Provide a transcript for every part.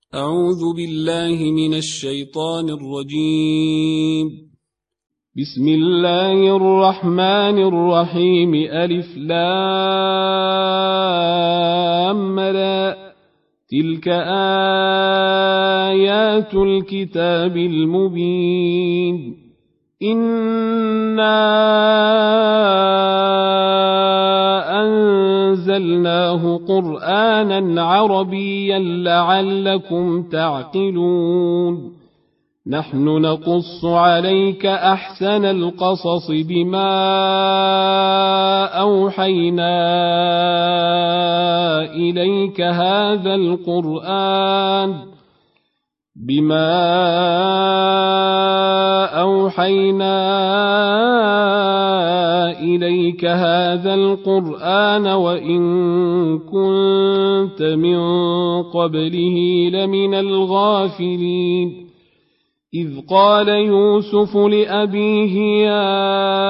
أعوذ بالله من الشيطان الرجيم. بسم الله الرحمن الرحيم. ألف لام را. تلك آيات الكتاب المبين. إنا أنزلناه قرآنا عربيا لعلكم تعقلون. نحن نقص عليك أحسن القصص بما أوحينا إليك هذا القرآن وإن كنت من قبله لمن الغافلين. إذ قال يوسف لأبيه يا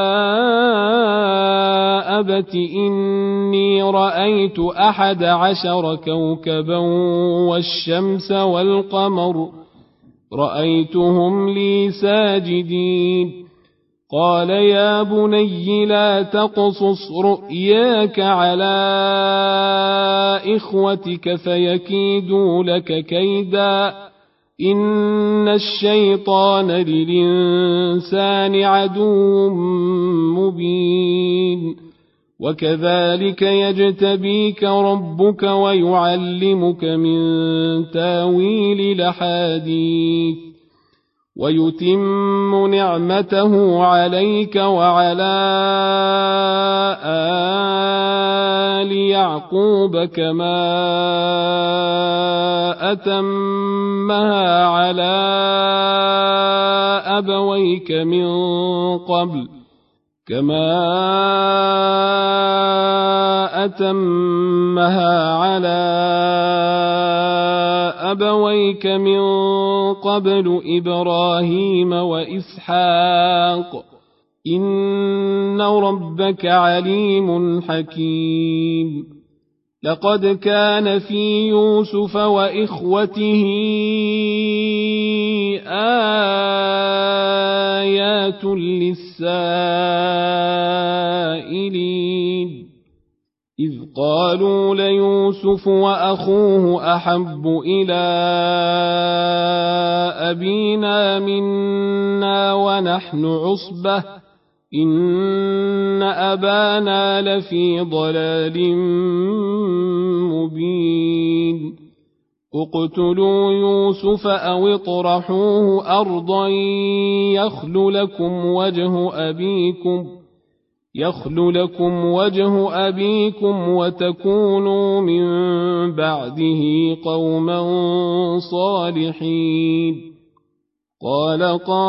أبت إني رأيت 11 كوكبا والشمس والقمر رأيتهم لي ساجدين. قال يا بني لا تقصص رؤياك على إخوتك فيكيدوا لك كيدا إن الشيطان للإنسان عدو مبين. وكذلك يجتبيك ربك ويعلمك من تاويل الأحاديث ويتم نعمته عليك وعلى آل يعقوب كما أتمها على أبويك من قبل إبراهيم وإسحاق إن ربك عليم حكيم. لقد كان في يوسف وإخوته آيات للسائلين إذ قالوا ليوسف وأخوه أحب إلى أبينا منا ونحن عصبة إن أبانا لفي ضلال مبين. اقتلوا يوسف أو اطرحوه أرضا يخل لكم وجه أبيكم وتكونوا من بعده قوما صالحين. قال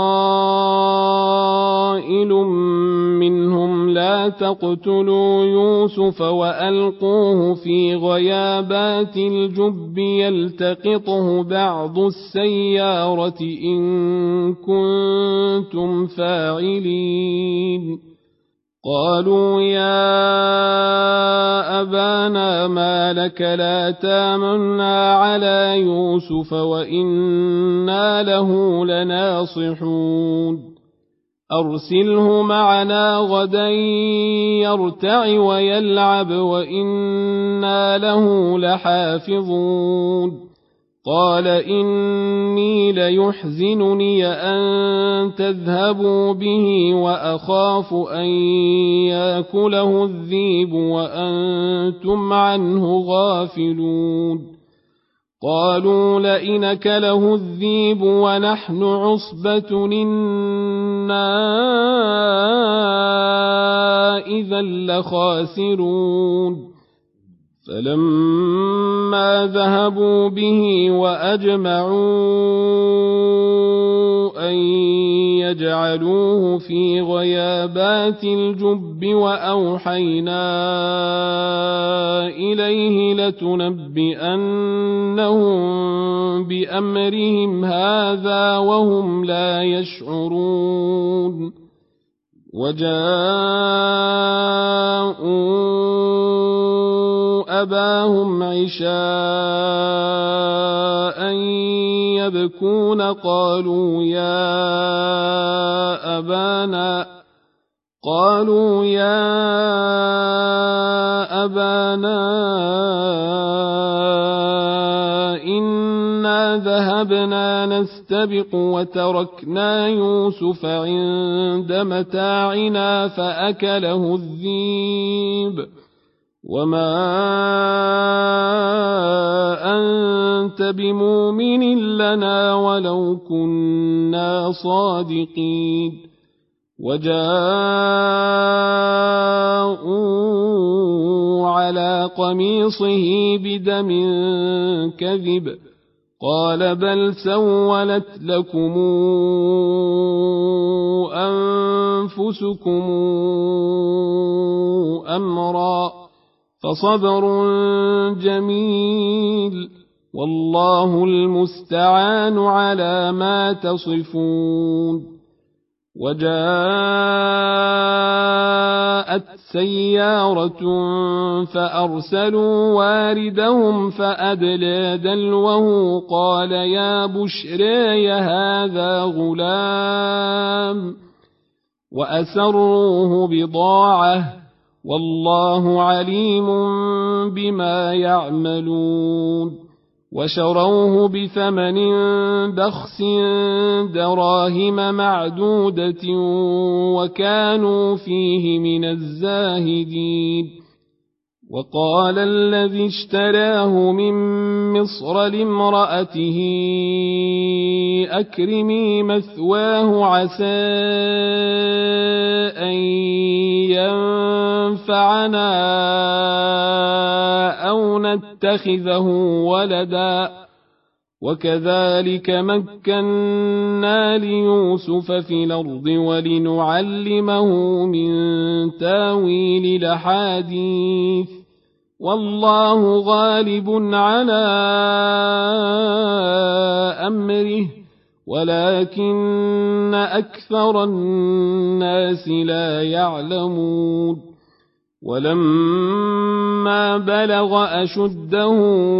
قائل منهم لا تقتلوا يوسف وألقوه في غيابات الجب يلتقطه بعض السيارة إن كنتم فاعلين. قالوا يا أبانا ما لك لا تامنا على يوسف وإنا له لناصحون. أرسله معنا غدا يرتع ويلعب وإنا له لحافظون. قال إني ليحزنني أن تذهبوا به وأخاف أن يأكله الذئب وأنتم عنه غافلون. قالوا لئن أكله الذئب ونحن عصبة إنا إذا لخاسرون. فلما ذهبوا به وأجمعوا أن يجعلوه في غيابات الجب وأوحينا إليه لتنبئنهم بأمرهم هذا وهم لا يشعرون. وجاءوا أباهم عشاء يبكون قالوا يا أبانا إنا ذهبنا نستبق وتركنا يوسف عند متاعنا فأكله الذئب وما أنت بمؤمن لنا ولو كنا صادقين وجاءوا على قميصه بدم كذب قال بل سولت لكم أنفسكم أمرا فصبر جميل والله المستعان على ما تصفون وجاءت سيارة فأرسلوا واردهم فأدلى دلوه قال يا بشري هذا غلام وأسروه بضاعة والله عليم بما يعملون وشروه بثمن بخس دراهم معدودة وكانوا فيه من الزاهدين وقال الذي اشتراه من مصر لامرأته أكرمي مثواه عسى أن ينفعنا أو نتخذه ولدا وكذلك مكنا ليوسف في الأرض ولنعلمه من تاويل الأحاديث والله غالب على أمره ولكن أكثر الناس لا يعلمون ولما بلغ أشده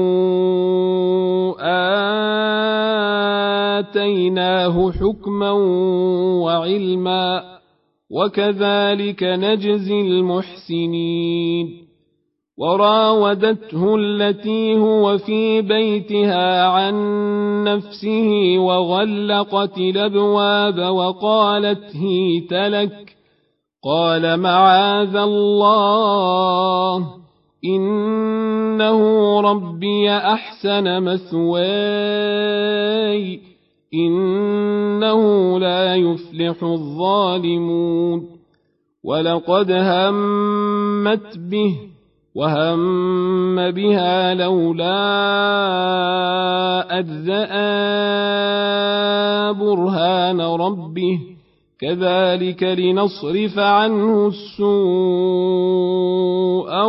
آتيناه حكما وعلما وكذلك نجزي المحسنين وراودته التي هو في بيتها عن نفسه وغلقت الأبواب وقالت هيت لك قال معاذ الله إنه ربي أحسن مثواي إنه لا يفلح الظالمون ولقد همت به وهم بها لولا أذ برهان ربه كذلك لنصرف عنه السوء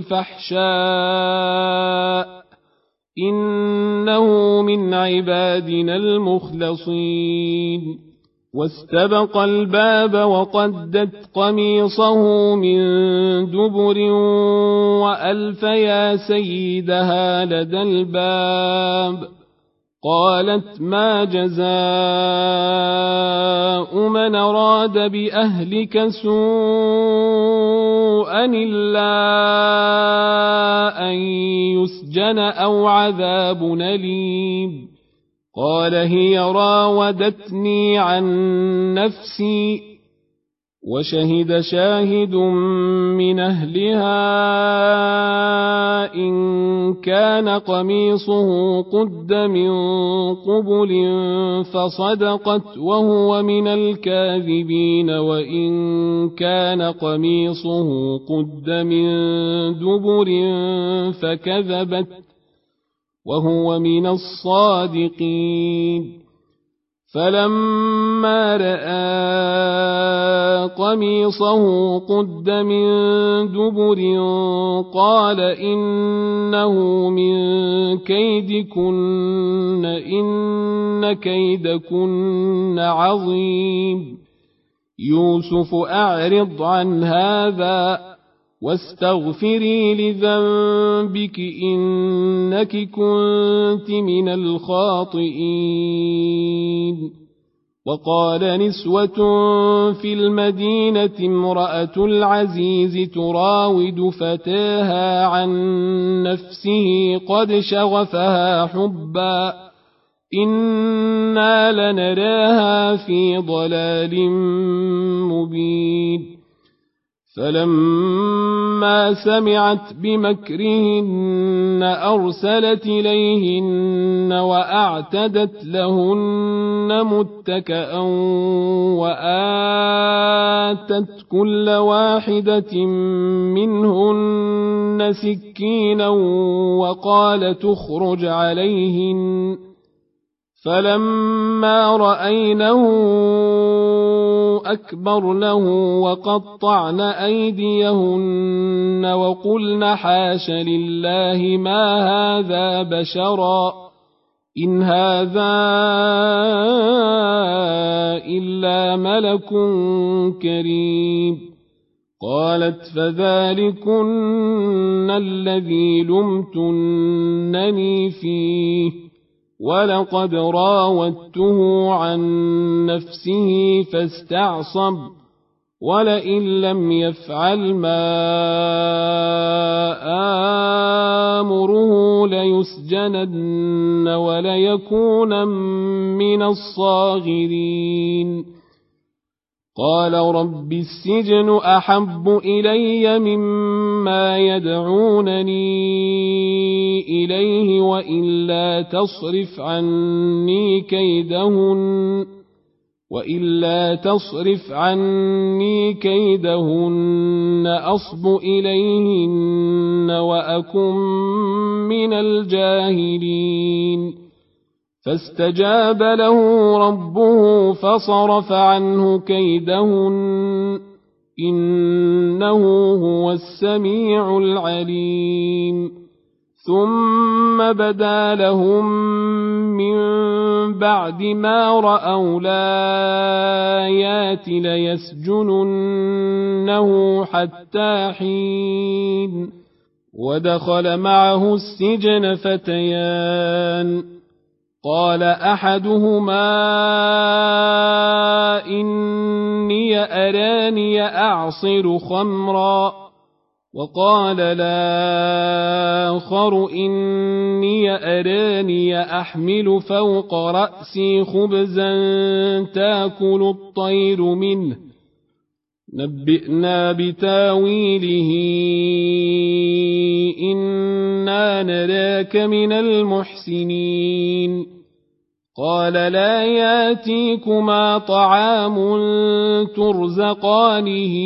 والفحشاء إنه من عبادنا المخلصين واستبق الباب وقدت قميصه من دبر وألف يا سيدها لدى الباب قالت ما جزاء من أراد بأهلك سوءا إلا أن يسجن أو عذاب أليم قال هي راودتني عن نفسي وشهد شاهد من أهلها إن كان قميصه قد من قبل فصدقت وهو من الكاذبين وإن كان قميصه قد من دبر فكذبت وهو من الصادقين فلما رأى قميصه قد من دبر قال إنه من كيدكن إن كيدكن عظيم يوسف أعرض عن هذا واستغفري لذنبك إنك كنت من الخاطئين. وقال نسوة في المدينة امرأة العزيز تراود فتاها عن نفسه قد شغفها حبا إنا لنراها في ضلال مبين. فلما سمعت بمكرهن أرسلت إليهن وأعتدت لهن متكأ وآتت كل واحدة منهن سكينا وقالت اخرج عليهن. فلما رأينه أكبرنه وقطعن أيديهن وقلن حاش لله ما هذا بشرا إن هذا إلا ملك كريم. قالت فذلكن الذي لمتنني فيه ولقد راودته عن نفسه فاستعصم ولئن لم يفعل ما آمره ليسجنن وليكون من الصاغرين. قال رب السجن أحب إلي مما يدعونني إليه وإلا تصرف عني كيدهن أصب إليهن وأكن من الجاهلين. فاستجاب له ربه فصرف عنه كيدهن إنه هو السميع العليم. ثم بدا لهم من بعد ما رأوا الآيات ليسجننه حتى حين. ودخل معه السجن فتيان قال أحدهما إني أراني أعصر خمرا وقال الآخر إني أراني أحمل فوق رأسي خبزا تأكل الطير منه نبئنا بتاويله إنا نراك من المحسنين. قال لا ياتيكما طعام ترزقانه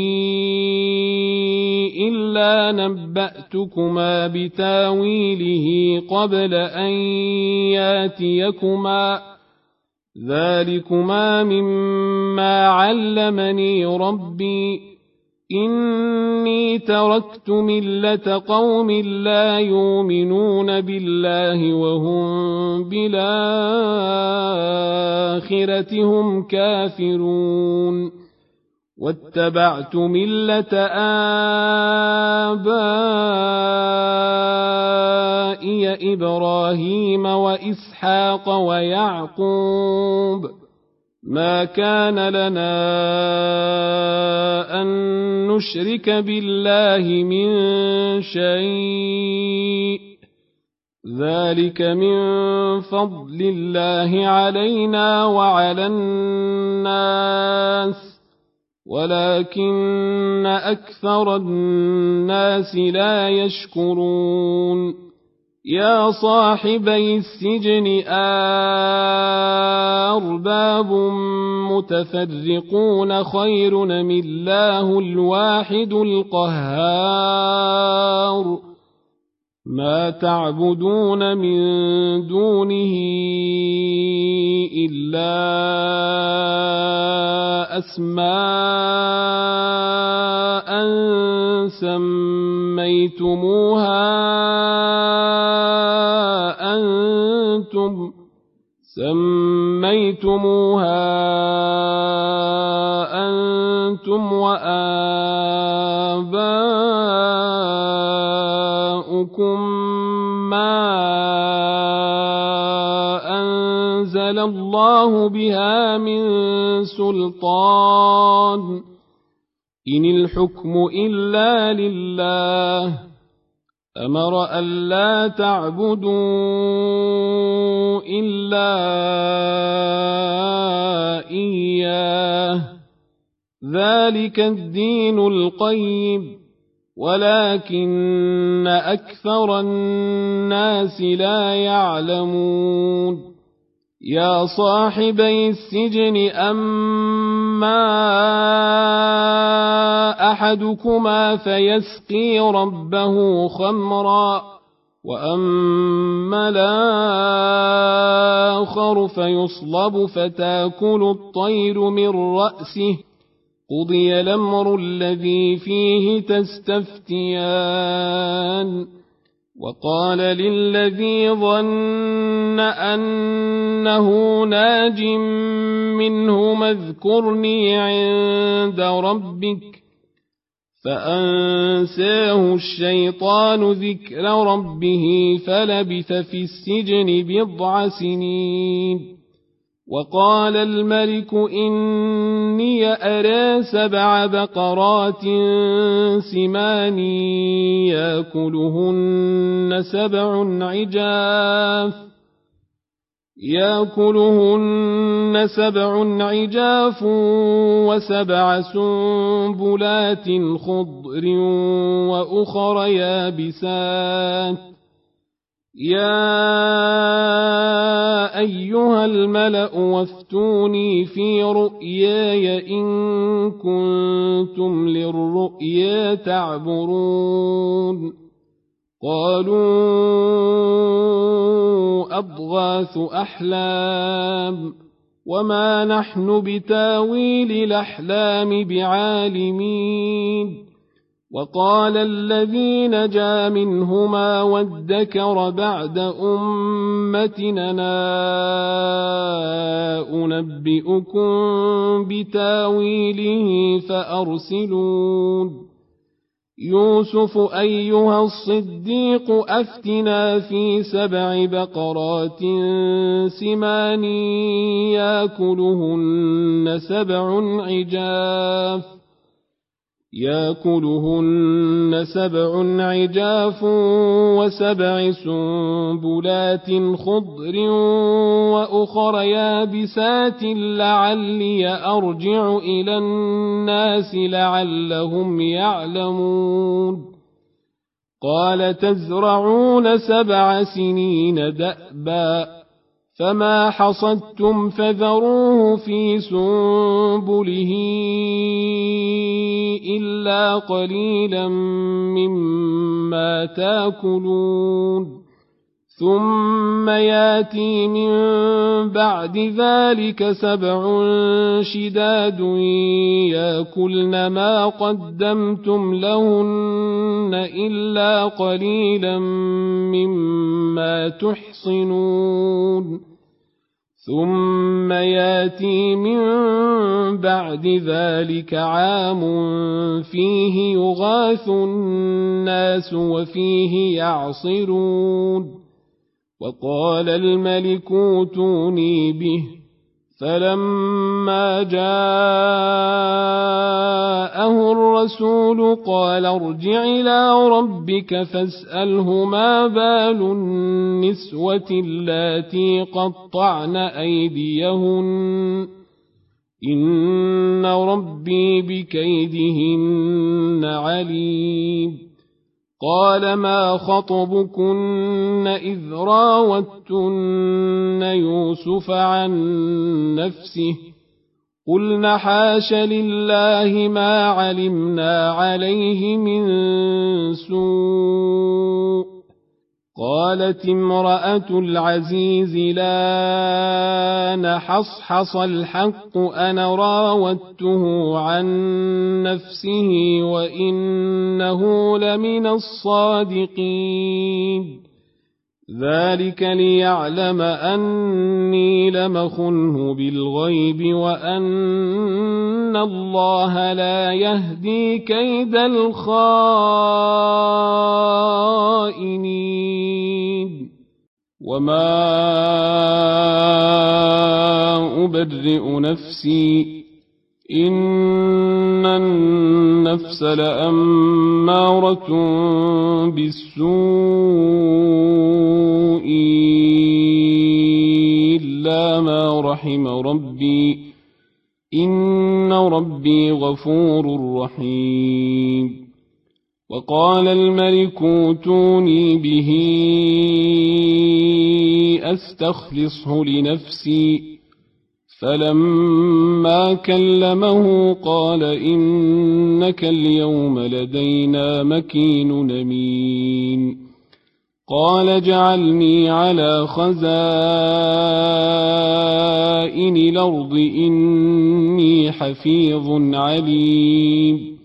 إلا نبأتكما بتاويله قبل أن ياتيكما ذلكما مما علمني ربي إني تركت ملة قوم لا يؤمنون بالله وهم بالآخرة هم كافرون واتبعت ملة آبائي إبراهيم وإسحاق ويعقوب ما كان لنا أن نشرك بالله من شيء ذلك من فضل الله علينا وعلى الناس ولكن أكثر الناس لا يشكرون. يا صاحبي السجن أرباب متفرقون خير أم الله الواحد القهار ما تعبدون من دونه إلا أسماء سميتموها أنتم وآباؤكم أحدكم ما أنزل الله بها من سلطان إن الحكم إلا لله أمر ألا تعبدوا إلا إياه ذلك الدين القيم ولكن أكثر الناس لا يعلمون يا صاحبي السجن أما أحدكما فيسقي ربه خمرا وأما الآخر فيصلب فتاكل الطير من رأسه قضي الأمر الذي فيه تستفتيان وقال للذي ظن أنه ناج منهما اذكرني عند ربك فأنساه الشيطان ذكر ربه فلبث في السجن بضع سنين وقال الملك إني أرى 7 بقرات سمان يأكلهن 7 عجاف و7 سنبلات خضر وأخر يابسات يا أيها الملأ وافتوني في رؤياي إن كنتم للرؤيا تعبرون قالوا أضغاث أحلام وما نحن بتاويل الأحلام بعالمين وقال الذي نجا منهما وادكر بعد أمتنا أنبئكم بتاويله فأرسلون يوسف أيها الصديق أفتنا في 7 بقرات سمان يأكلهن 7 عجاف و7 سنبلات خضر وأخر يابسات لعلي أرجع إلى الناس لعلهم يعلمون قال تزرعون 7 سنين دأبا فما حصدتم فذروه في سنبله إلا قليلا مما تاكلون ثم ياتي من بعد ذلك 7 شداد ياكلن ما قدمتم لهن إلا قليلا مما تحصنون ثم ياتي من بعد ذلك عام فيه يغاث الناس وفيه يعصرون وقال الملك اوتوني به فلما جاءه الرسول قال ارجع إلى ربك فاسأله ما بال النسوة اللاتي قطعن أيديهن إن ربي بكيدهن عليم قال ما خطبكن إذ راوتن يوسف عن نفسه قلن حاش لله ما علمنا عليه من سوء قالت امرأة العزيز لا نحصحص الحق أنا راودته عن نفسه وإنه لمن الصادقين ذلك ليعلم أني لم أخنه بالغيب وأن الله لا يهدي كيد الخائنين وما أبرئ نفسي إن النفس لأمارة بالسوء إلا ما رحم ربي إن ربي غفور رحيم وقال الملك اوتوني به أستخلصه لنفسي فلما كلمه قال إنك اليوم لدينا مكين أمين قال اجعلني على خزائن الأرض إني حفيظ عليم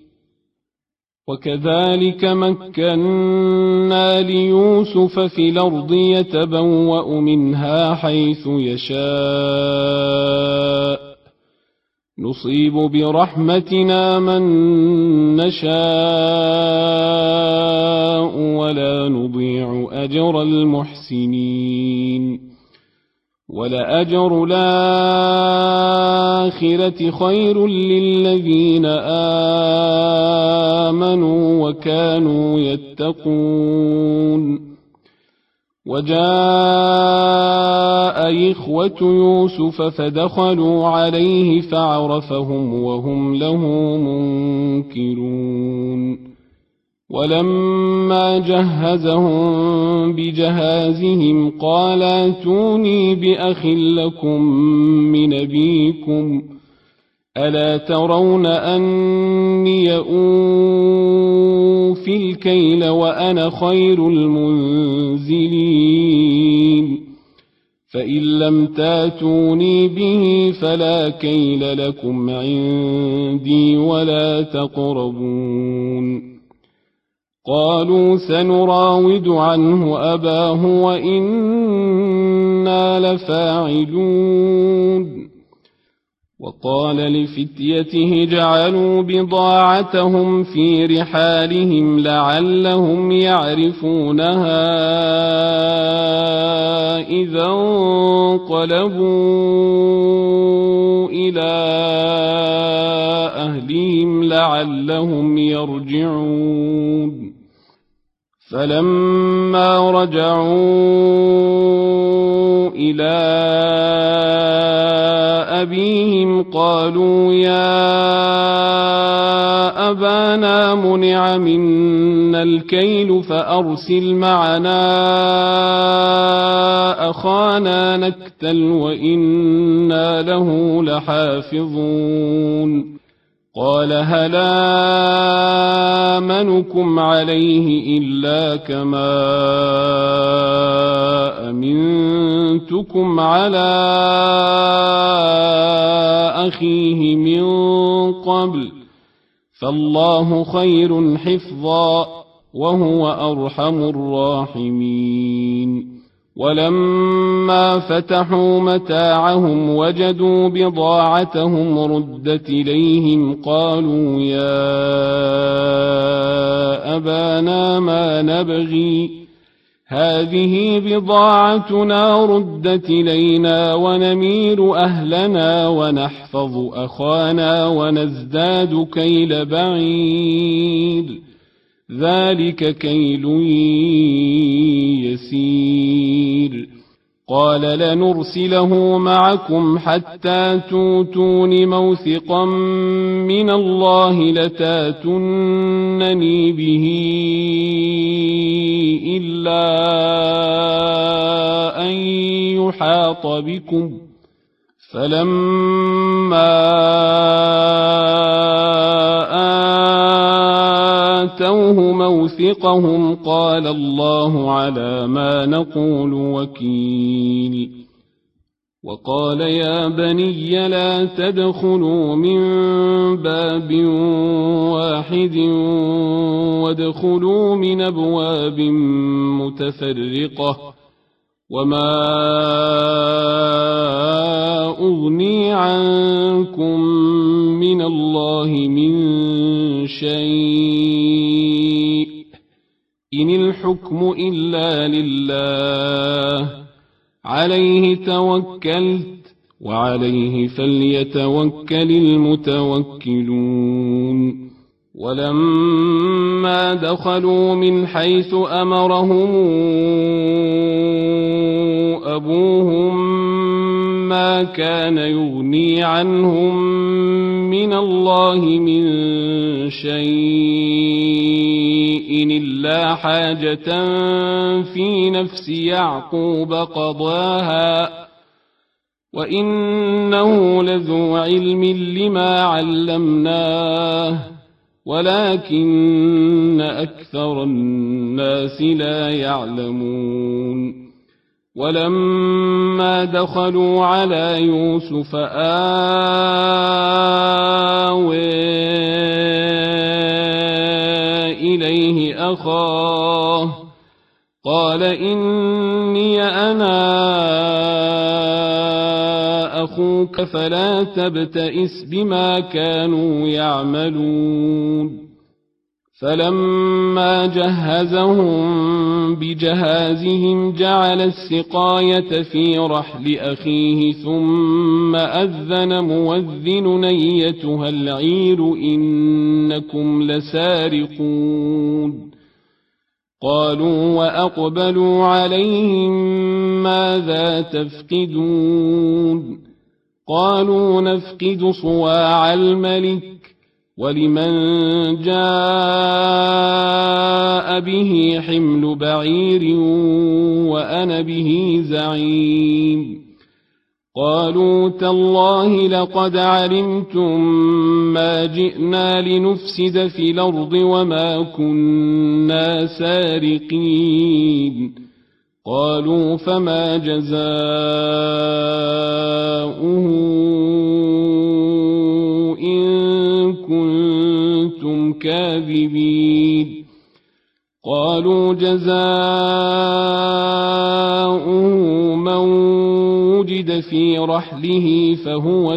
وكذلك مكنا ليوسف في الأرض يتبوأ منها حيث يشاء نصيب برحمتنا من نشاء ولا نضيع أجر المحسنين ولأجر الآخرة خير للذين آمنوا وكانوا يتقون وجاء إخوة يوسف فدخلوا عليه فعرفهم وهم له منكرون ولما جهزهم بجهازهم قال ائتوني بأخ لكم من أبيكم ألا ترون أني أوفي الكيل وأنا خير المنزلين فإن لم تاتوني به فلا كيل لكم عندي ولا تقربون قالوا سنراود عنه أباه وإنا لفاعلون وقال لفتيته جعلوا بضاعتهم في رحالهم لعلهم يعرفونها إذا انقلبوا إلى أهلهم لعلهم يرجعون فلما رجعوا إلى أبيهم قالوا يا أبانا منع منا الكيل فأرسل معنا أخانا نكتل وإنا له لحافظون قال هل آمنكم عليه إلا كما أمنتكم على أخيه من قبل فالله خير حفظا وهو أرحم الراحمين ولما فتحوا متاعهم وجدوا بضاعتهم ردت إليهم قالوا يا أبانا ما نبغي هذه بضاعتنا ردت إلينا ونمير أهلنا ونحفظ أخانا ونزداد كيل بعير ذلك كيل يسير قال لنرسله معكم حتى توتون موثقا من الله لتاتونني به إلا أن يحاط بكم فلما آتوه موثقهم قال الله على ما نقول وكيل وقال يا بني لا تدخلوا من باب واحد وادخلوا من أبواب متفرقة وما أغني عنكم من الله من شيء إن الحكم إلا لله عليه توكلت وعليه فليتوكل المتوكلون ولما دخلوا من حيث أمرهم أبوهم ما كان يغني عنهم من الله من شيء إلا حاجة في نفس يعقوب قضاها وإنه لذو علم لما علمناه ولكن أكثر الناس لا يعلمون ولما دخلوا على يوسف آوى إليه أخاه قال إني أنا أخوك فلا تبتئس بما كانوا يعملون فلما جهزهم بجهازهم جعل السقاية في رحل أخيه ثم أذن مؤذن أيتها العير إنكم لسارقون قالوا وأقبلوا عليهم ماذا تفقدون قالوا نفقد صواع الملك ولمن جاء به حمل بعير وأنا به زعيم قالوا تالله لقد علمتم ما جئنا لنفسد في الأرض وما كنا سارقين قالوا فما جزاؤه إن كنتم كاذبين قالوا جزاؤه من وجد في رحله فهو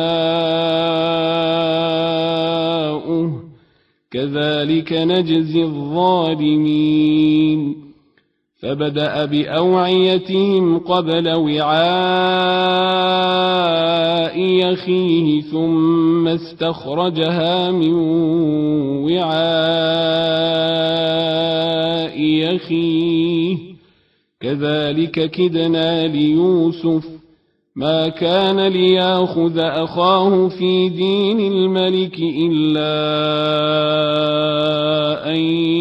جزاؤه كذلك نجزي الظالمين فبدأ بأوعيتهم قبل وعاء أخيه ثم استخرجها من وعاء أخيه كذلك كدنا ليوسف ما كان ليأخذ أخاه في دين الملك إلا أن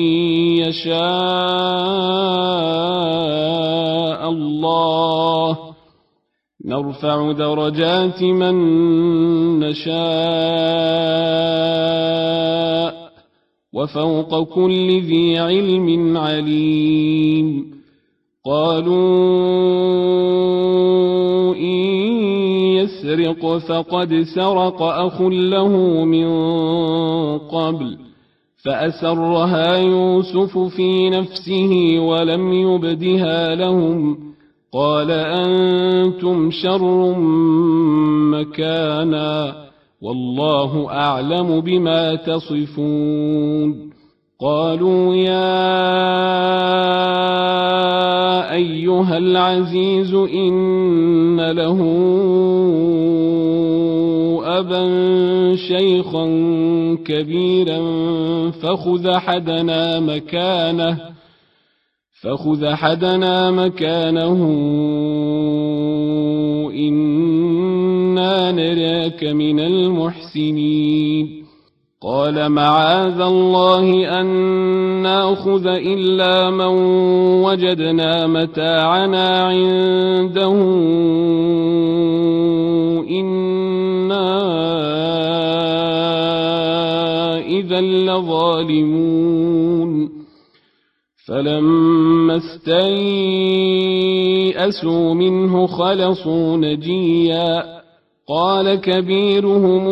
يشاء الله نرفع درجات من نشاء وفوق كل ذي علم عليم قالوا إن يسرق فقد سرق أخ له من قبل فأسرها يوسف في نفسه ولم يبدها لهم قال أنتم شر مكانا والله أعلم بما تصفون قالوا يا أيها العزيز إن له أبا شيخا كبيرا فخذ أحدنا مكانه إنا نراك من المحسنين قال معاذ الله أن نأخذ إلا من وجدنا متاعنا عنده إنا إذا لظالمون فلما استيئسوا منه خلصوا نجيا قال كبيرهم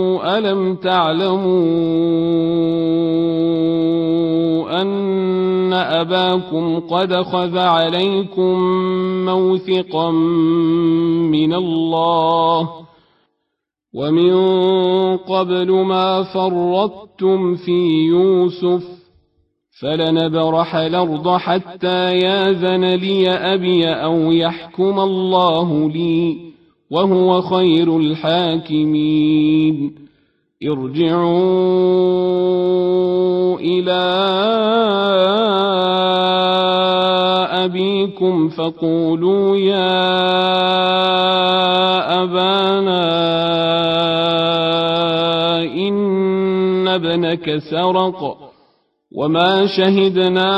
ألم تعلموا أن أباكم قد خذ عليكم موثقا من الله ومن قبل ما فرطتم في يوسف فلنبرح الأرض حتى ياذن لي أبي أو يحكم الله لي وهو خير الحاكمين ارجعوا إلى أبيكم فقولوا يا أبانا إن ابنك سرق وما شهدنا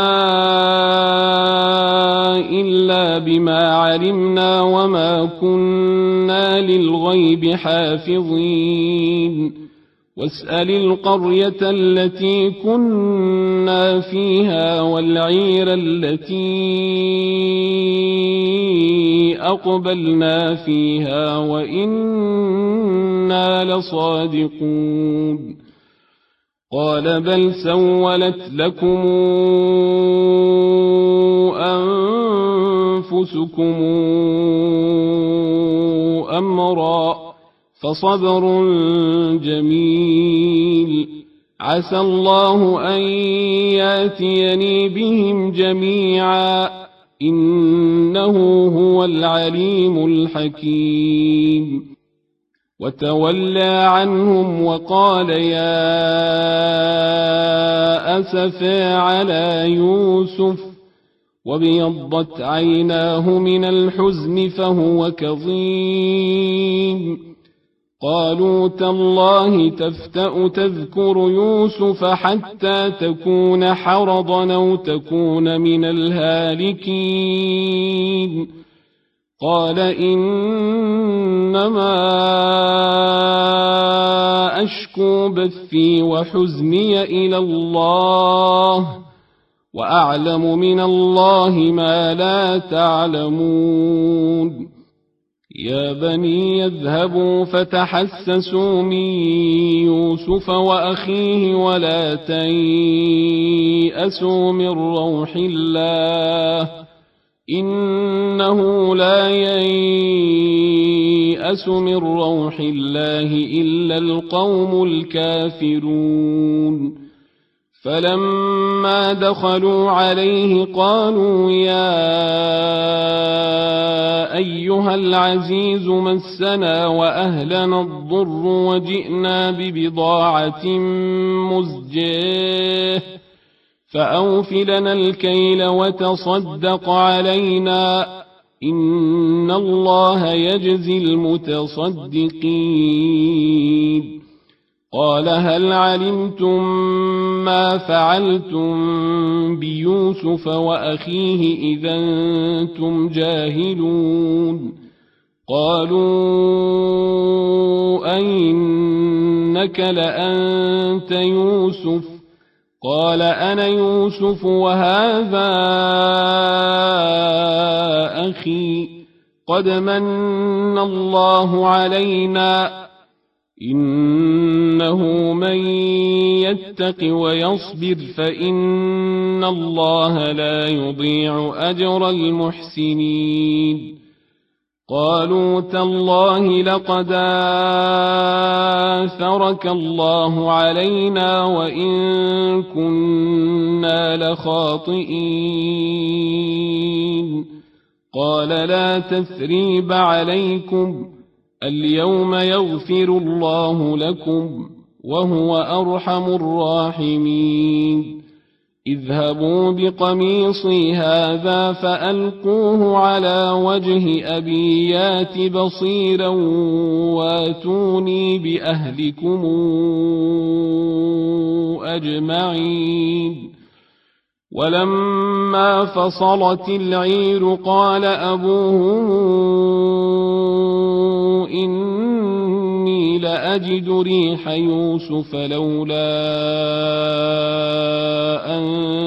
إلا بما علمنا وما كنا للغيب حافظين واسأل القرية التي كنا فيها والعير التي أقبلنا فيها وإنا لصادقون قال بل سولت لكم أنفسكم أمرا فصبر جميل عسى الله أن ياتيني بهم جميعا إنه هو العليم الحكيم وتولى عنهم وقال يا أسفى على يوسف وابيضت عيناه من الحزن فهو كظيم قالوا تالله تفتأ تذكر يوسف حتى تكون حرضا أو تكون من الهالكين قال إنما أشكو بثي وحزني إلى الله وأعلم من الله ما لا تعلمون يا بني يذهبوا فتحسسوا من يوسف وأخيه ولا تيأسوا من روح الله إنه لا ييأس من روح الله إلا القوم الكافرون فلما دخلوا عليه قالوا يا أيها العزيز مسنا وأهلنا الضر وجئنا ببضاعة مزجاة فأوف لنا الكيل وتصدق علينا إن الله يجزي المتصدقين قال هل علمتم ما فعلتم بيوسف وأخيه إذا أنتم جاهلون قالوا أئنك لأنت يوسف قال أنا يوسف وهذا أخي قد من الله علينا إنه من يتق ويصبر فإن الله لا يضيع أجر المحسنين قالوا تالله لقد آثرك الله علينا وإن كنا لخاطئين قال لا تثريب عليكم اليوم يغفر الله لكم وهو أرحم الراحمين اذهبوا بقميصي هذا فألقوه على وجه أبي يات بصيرا واتوني بأهلكم أجمعين ولما فصلت العير قال أبوهم إني لأجد ريح يوسف لولا أن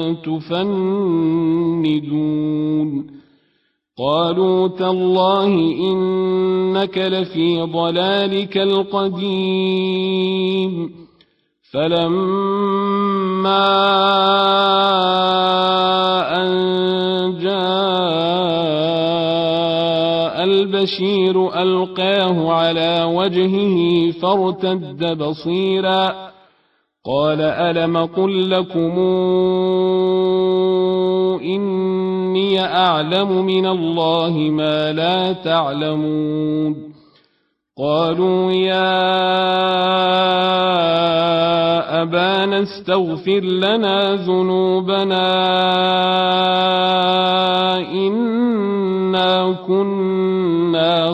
تفندون قالوا تالله إنك لفي ضلالك القديم فلما أن جاء البشير ألقاه على وجهه فارتد بصيرا قال ألم قل لكم إني أعلم من الله ما لا تعلمون قالوا يا أبانا استغفر لنا ذنوبنا إنا كنا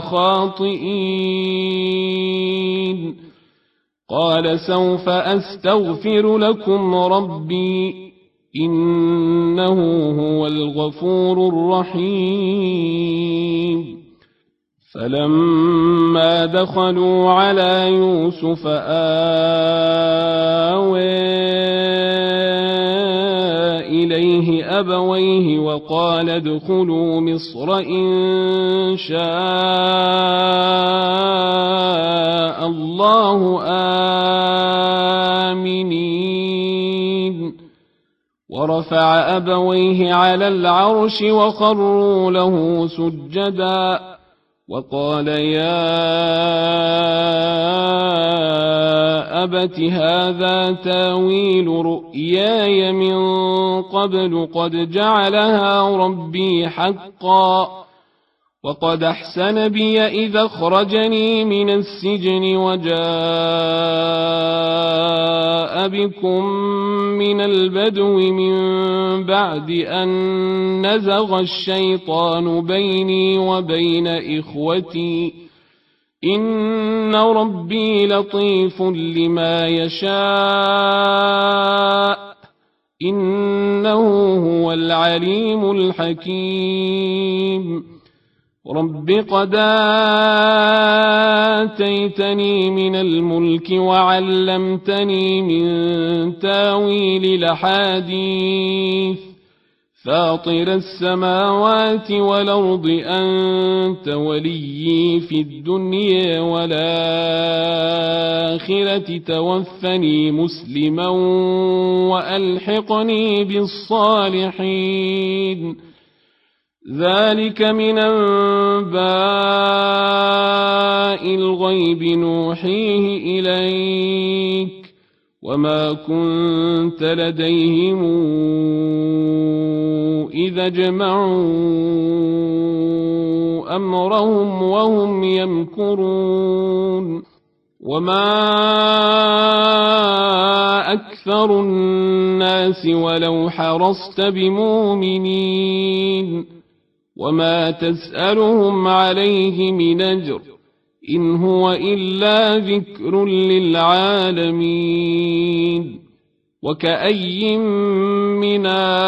خاطئين قال سوف أستغفر لكم ربي إنه هو الغفور الرحيم فلما دخلوا على يوسف آوى إليه أبويه وقال ادخلوا مصر إن شاء الله آمنين ورفع أبويه على العرش وخروا له سجدا وقال يا أبت هذا تاويل رؤياي من قبل قد جعلها ربي حقا وقد أحسن بي إذا أخرجني من السجن وجاء بكم من البدو من بعد أن نزغ الشيطان بيني وبين إخوتي إن ربي لطيف لما يشاء إنه هو العليم الحكيم رب قد آتيتني من الملك وعلمتني من تاويل الأحاديث فاطر السماوات والأرض أنت وليي في الدنيا والآخرة توفني مسلما وألحقني بالصالحين ذلك من أنباء الغيب نوحيه إليك وما كنت لديهم إذا جمعوا أمرهم وهم يمكرون وما أكثر الناس ولو حرصت بمؤمنين وما تسألهم عليه من أجر إن هو إلا ذكر للعالمين وكأي من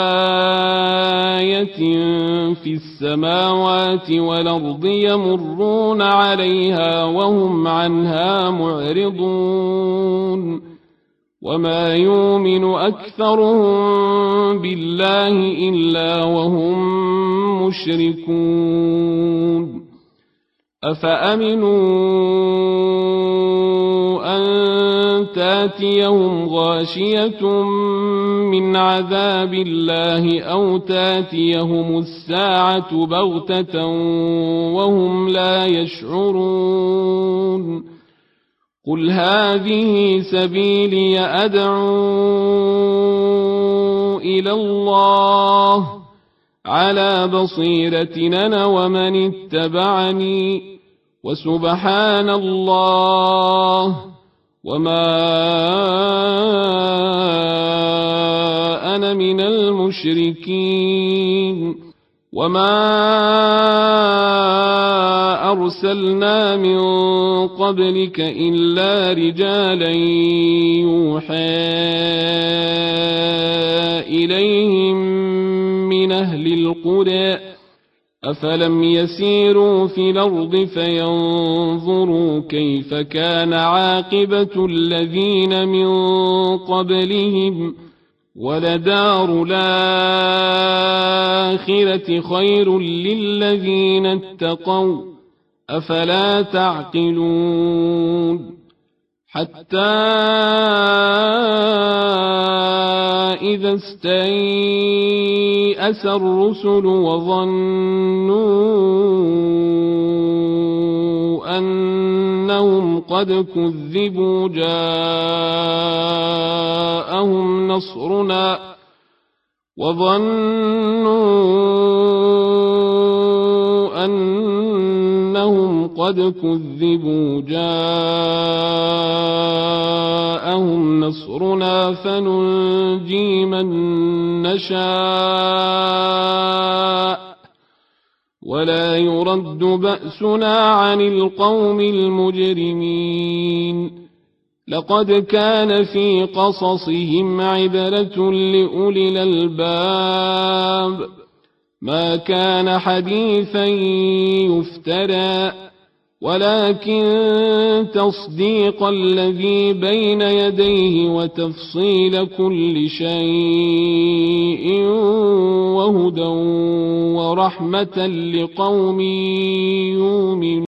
آية في السماوات والأرض يمرون عليها وهم عنها معرضون وما يؤمن أكثرهم بالله إلا وهم مشركون أفأمنوا أن تاتيهم غاشية من عذاب الله أو تاتيهم الساعة بغتة وهم لا يشعرون قل هذه سبيلي أدعو إلى الله على بصيرة أنا ومن اتبعني وسبحان الله وما أنا من المشركين وما أرسلنا من قبلك إلا رجالا يوحى إليهم من أهل القرى أفلم يسيروا في الأرض فينظروا كيف كان عاقبة الذين من قبلهم ولدار الآخرة خير للذين اتقوا أفلا تعقلون حتى إذا استيأس الرسل وظنوا أنهم قد كذبوا جاءهم نصرنا فننجي من نشاء ولا يرد بأسنا عن القوم المجرمين لقد كان في قصصهم عبرة لأولي الألباب ما كان حديثا يفترى ولكن تصديق الذي بين يديه وتفصيل كل شيء وهدى ورحمة لقوم يؤمنون.